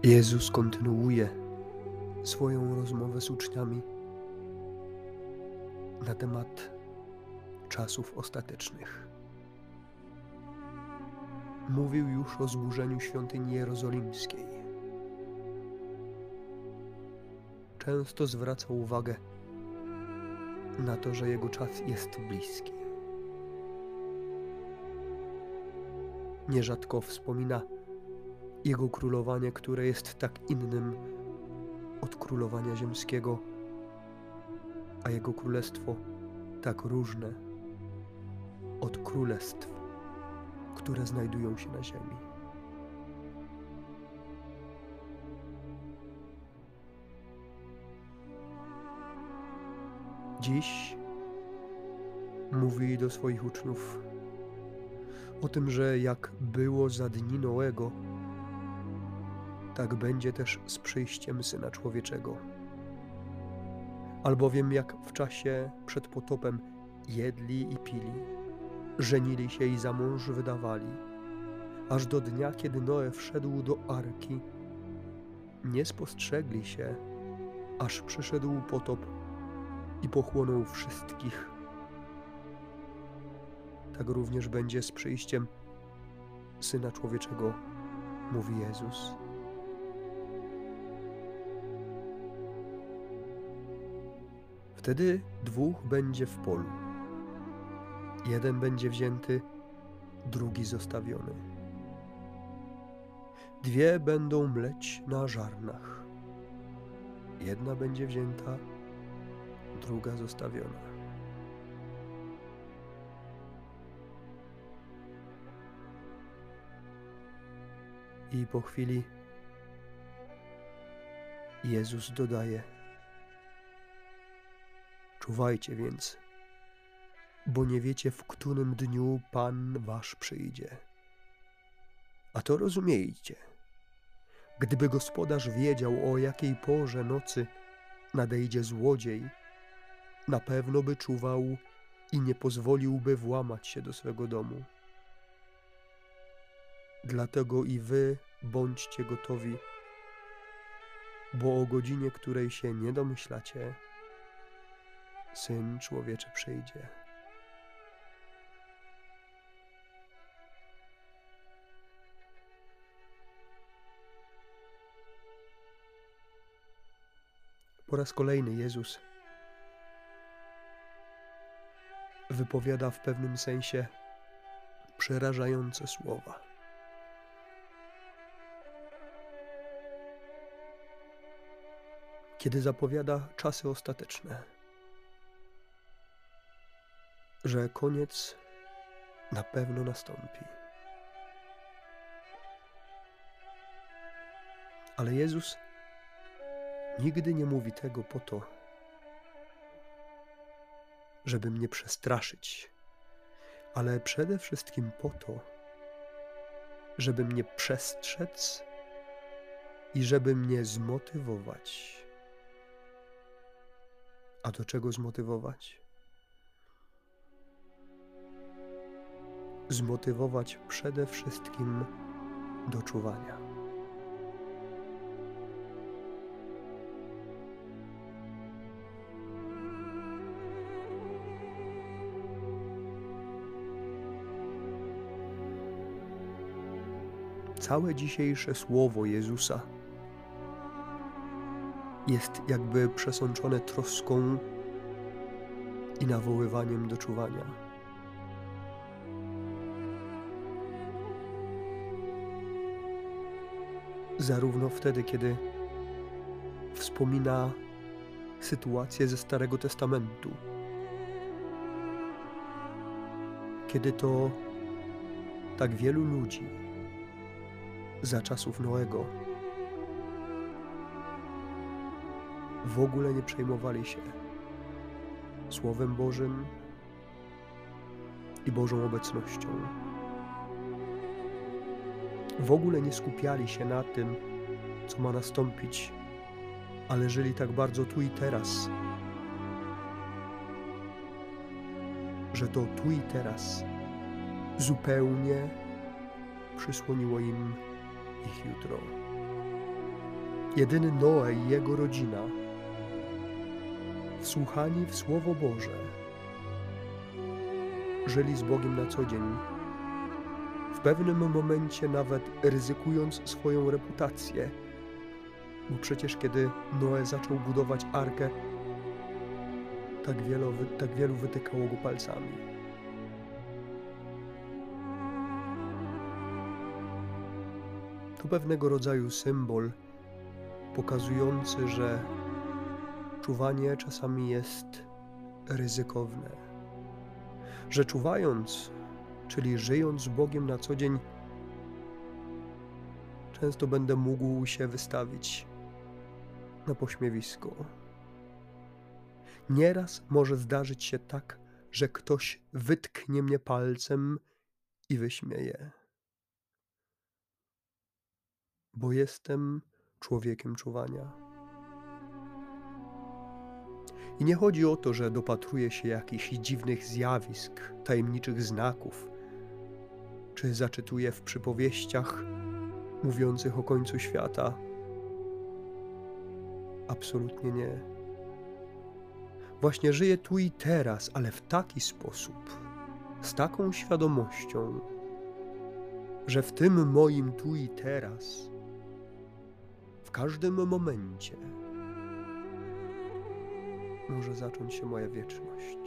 Jezus kontynuuje swoją rozmowę z uczniami na temat czasów ostatecznych. Mówił już o zburzeniu świątyni jerozolimskiej. Często zwracał uwagę na to, że jego czas jest bliski. Nierzadko wspomina jego królowanie, które jest tak innym od królowania ziemskiego, a jego królestwo tak różne od królestw, które znajdują się na ziemi. Dziś mówi do swoich uczniów o tym, że jak było za dni Noego, tak będzie też z przyjściem Syna Człowieczego. Albowiem jak w czasie przed potopem jedli i pili, żenili się i za mąż wydawali, aż do dnia, kiedy Noe wszedł do arki, nie spostrzegli się, aż przyszedł potop i pochłonął wszystkich. Tak również będzie z przyjściem Syna Człowieczego, mówi Jezus. Wtedy dwóch będzie w polu. Jeden będzie wzięty, drugi zostawiony. Dwie będą mleć na żarnach. Jedna będzie wzięta, druga zostawiona. I po chwili Jezus dodaje: czuwajcie więc, bo nie wiecie, w którym dniu Pan wasz przyjdzie. A to rozumiejcie. Gdyby gospodarz wiedział, o jakiej porze nocy nadejdzie złodziej, na pewno by czuwał i nie pozwoliłby włamać się do swego domu. Dlatego i wy bądźcie gotowi, bo o godzinie, której się nie domyślacie, Syn Człowieczy przyjdzie. Po raz kolejny Jezus wypowiada w pewnym sensie przerażające słowa. Kiedy zapowiada czasy ostateczne, że koniec na pewno nastąpi. Ale Jezus nigdy nie mówi tego po to, żeby mnie przestraszyć, ale przede wszystkim po to, żeby mnie przestrzec i żeby mnie zmotywować. A do czego zmotywować? Zmotywować przede wszystkim do czuwania. Całe dzisiejsze słowo Jezusa jest jakby przesączone troską i nawoływaniem do czuwania. Zarówno wtedy, kiedy wspomina sytuację ze Starego Testamentu, kiedy to tak wielu ludzi za czasów Noego w ogóle nie przejmowali się Słowem Bożym i Bożą obecnością. W ogóle nie skupiali się na tym, co ma nastąpić, ale żyli tak bardzo tu i teraz, że to tu i teraz zupełnie przysłoniło im ich jutro. Jedyny Noe i jego rodzina, wsłuchani w Słowo Boże, żyli z Bogiem na co dzień, w pewnym momencie nawet ryzykując swoją reputację, bo przecież kiedy Noe zaczął budować arkę, tak wielu wytykało go palcami. To pewnego rodzaju symbol pokazujący, że czuwanie czasami jest ryzykowne. Że czuwając, czyli żyjąc z Bogiem na co dzień, często będę mógł się wystawić na pośmiewisko. Nieraz może zdarzyć się tak, że ktoś wytknie mnie palcem i wyśmieje, bo jestem człowiekiem czuwania. I nie chodzi o to, że dopatruję się jakichś dziwnych zjawisk, tajemniczych znaków, czy zaczytuję w przypowieściach mówiących o końcu świata. Absolutnie nie. Właśnie żyję tu i teraz, ale w taki sposób, z taką świadomością, że w tym moim tu i teraz, w każdym momencie może zacząć się moja wieczność.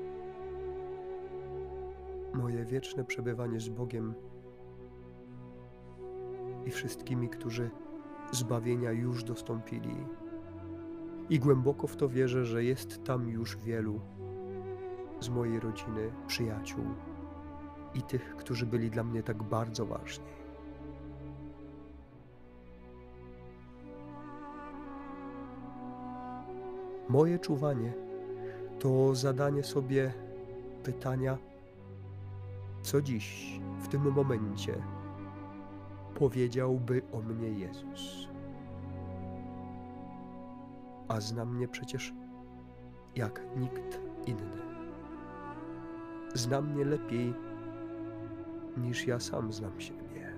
Moje wieczne przebywanie z Bogiem i wszystkimi, którzy zbawienia już dostąpili. I głęboko w to wierzę, że jest tam już wielu z mojej rodziny, przyjaciół i tych, którzy byli dla mnie tak bardzo ważni. Moje czuwanie to zadanie sobie pytania, co dziś, w tym momencie, powiedziałby o mnie Jezus. A zna mnie przecież jak nikt inny. Zna mnie lepiej, niż ja sam znam siebie.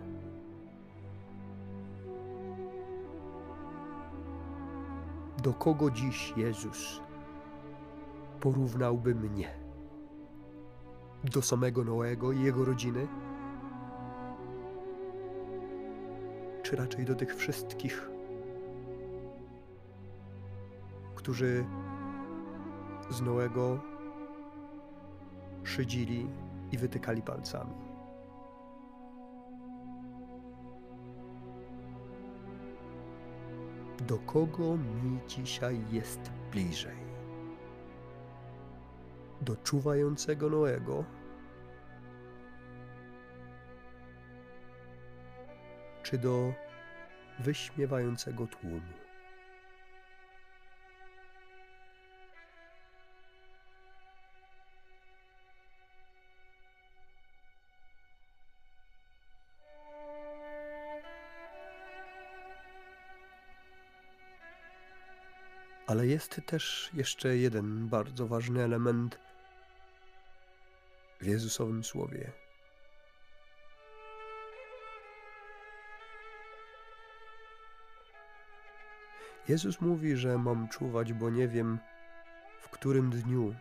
Do kogo dziś Jezus porównałby mnie? Do samego Noego i jego rodziny? Czy raczej do tych wszystkich, którzy z Noego szydzili i wytykali palcami? Do kogo mi dzisiaj jest bliżej? Do czuwającego Noego, czy do wyśmiewającego tłumu? Ale jest też jeszcze jeden bardzo ważny element w Jezusowym Słowie. Jezus mówi, że mam czuwać, bo nie wiem, w którym dniu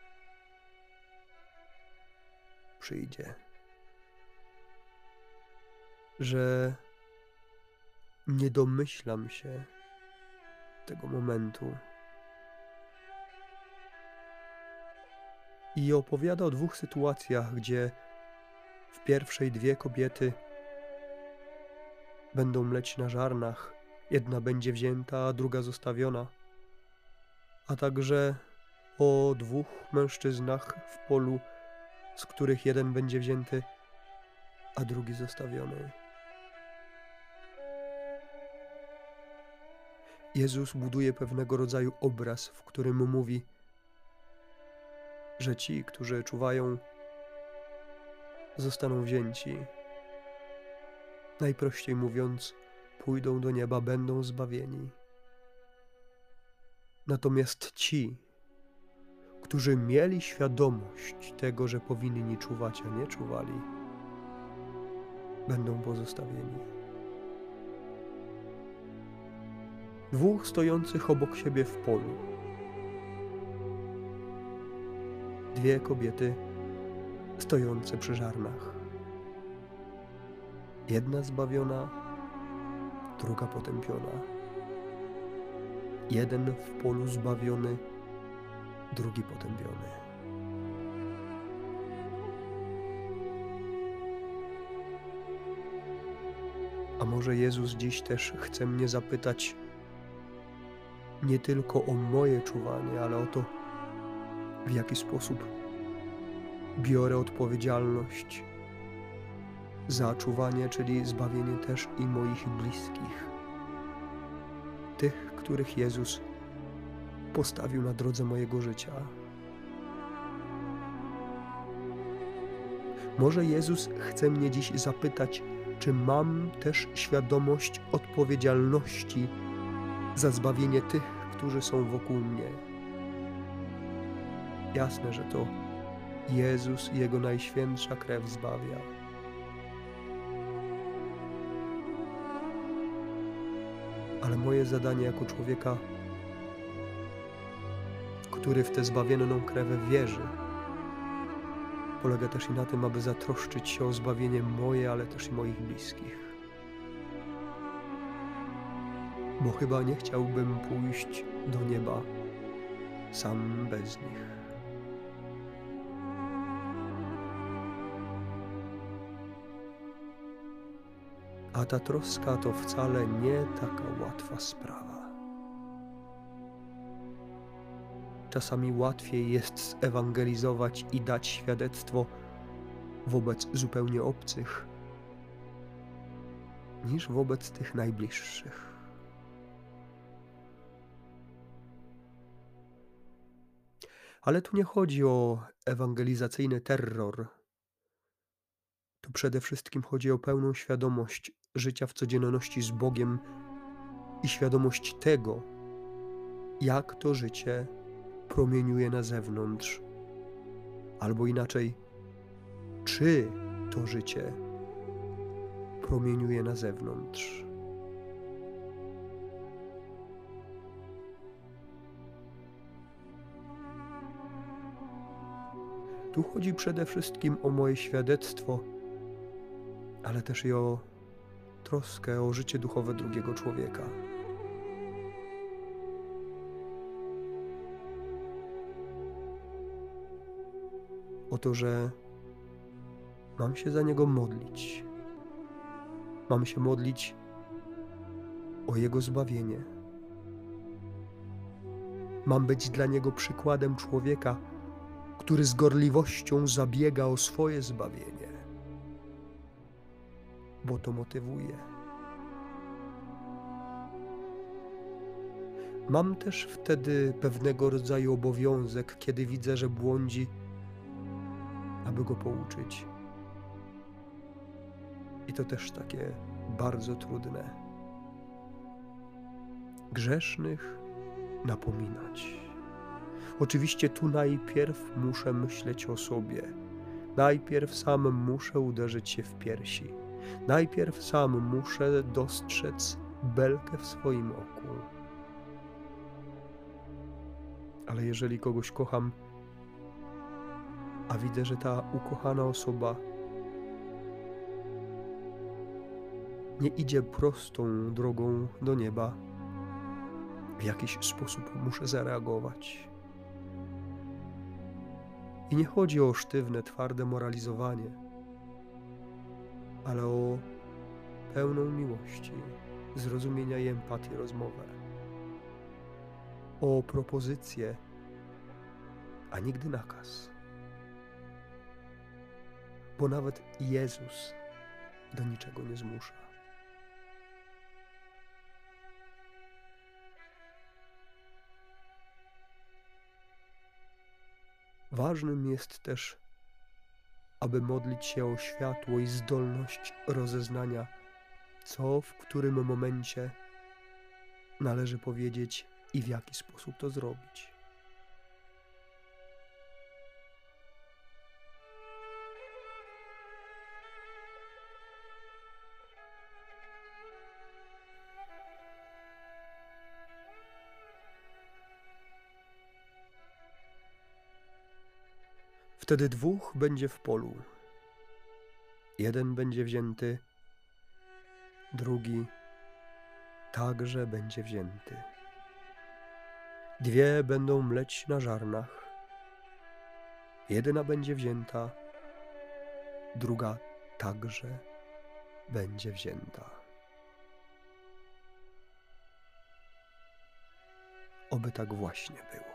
przyjdzie. Że nie domyślam się tego momentu. I opowiada o dwóch sytuacjach, gdzie w pierwszej dwie kobiety będą mleć na żarnach, jedna będzie wzięta, a druga zostawiona, a także o dwóch mężczyznach w polu, z których jeden będzie wzięty, a drugi zostawiony. Jezus buduje pewnego rodzaju obraz, w którym mówi, że ci, którzy czuwają, zostaną wzięci. Najprościej mówiąc, pójdą do nieba, będą zbawieni. Natomiast ci, którzy mieli świadomość tego, że powinni czuwać, a nie czuwali, będą pozostawieni. dwóch stojących obok siebie w polu. Dwie kobiety stojące przy żarnach. Jedna zbawiona, druga potępiona. Jeden w polu zbawiony, drugi potępiony. A może Jezus dziś też chce mnie zapytać nie tylko o moje czuwanie, ale o to, w jaki sposób biorę odpowiedzialność za czuwanie, czyli zbawienie też i moich bliskich. Tych, których Jezus postawił na drodze mojego życia. Może Jezus chce mnie dziś zapytać, czy mam też świadomość odpowiedzialności za zbawienie tych, którzy są wokół mnie. Jasne, że to Jezus i Jego najświętsza krew zbawia. Ale moje zadanie jako człowieka, który w tę zbawienną krew wierzy, polega też i na tym, aby zatroszczyć się o zbawienie moje, ale też i moich bliskich. Bo chyba nie chciałbym pójść do nieba sam bez nich. A ta troska to wcale nie taka łatwa sprawa. Czasami łatwiej jest zewangelizować i dać świadectwo wobec zupełnie obcych, niż wobec tych najbliższych. Ale tu nie chodzi o ewangelizacyjny terror. Tu przede wszystkim chodzi o pełną świadomość życia w codzienności z Bogiem i świadomość tego, jak to życie promieniuje na zewnątrz. Albo inaczej, czy to życie promieniuje na zewnątrz. Tu chodzi przede wszystkim o moje świadectwo, ale też i o troskę o życie duchowe drugiego człowieka. O to, że mam się za niego modlić. Mam się modlić o jego zbawienie. Mam być dla niego przykładem człowieka, który z gorliwością zabiega o swoje zbawienie, bo to motywuje. Mam też wtedy pewnego rodzaju obowiązek, kiedy widzę, że błądzi, aby go pouczyć. I to też takie bardzo trudne. Grzesznych napominać. Oczywiście tu najpierw muszę myśleć o sobie. Najpierw sam muszę uderzyć się w piersi. Najpierw sam muszę dostrzec belkę w swoim oku. Ale jeżeli kogoś kocham, a widzę, że ta ukochana osoba nie idzie prostą drogą do nieba, w jakiś sposób muszę zareagować. I nie chodzi o sztywne, twarde moralizowanie, ale o pełną miłości, zrozumienia i empatii rozmowę. O propozycję, a nigdy nakaz. Bo nawet Jezus do niczego nie zmusza. Ważnym jest też, aby modlić się o światło i zdolność rozeznania, co w którym momencie należy powiedzieć i w jaki sposób to zrobić. Wtedy dwóch będzie w polu. Jeden będzie wzięty, drugi także będzie wzięty. Dwie będą mleć na żarnach. Jedna będzie wzięta, druga także będzie wzięta. Oby tak właśnie było.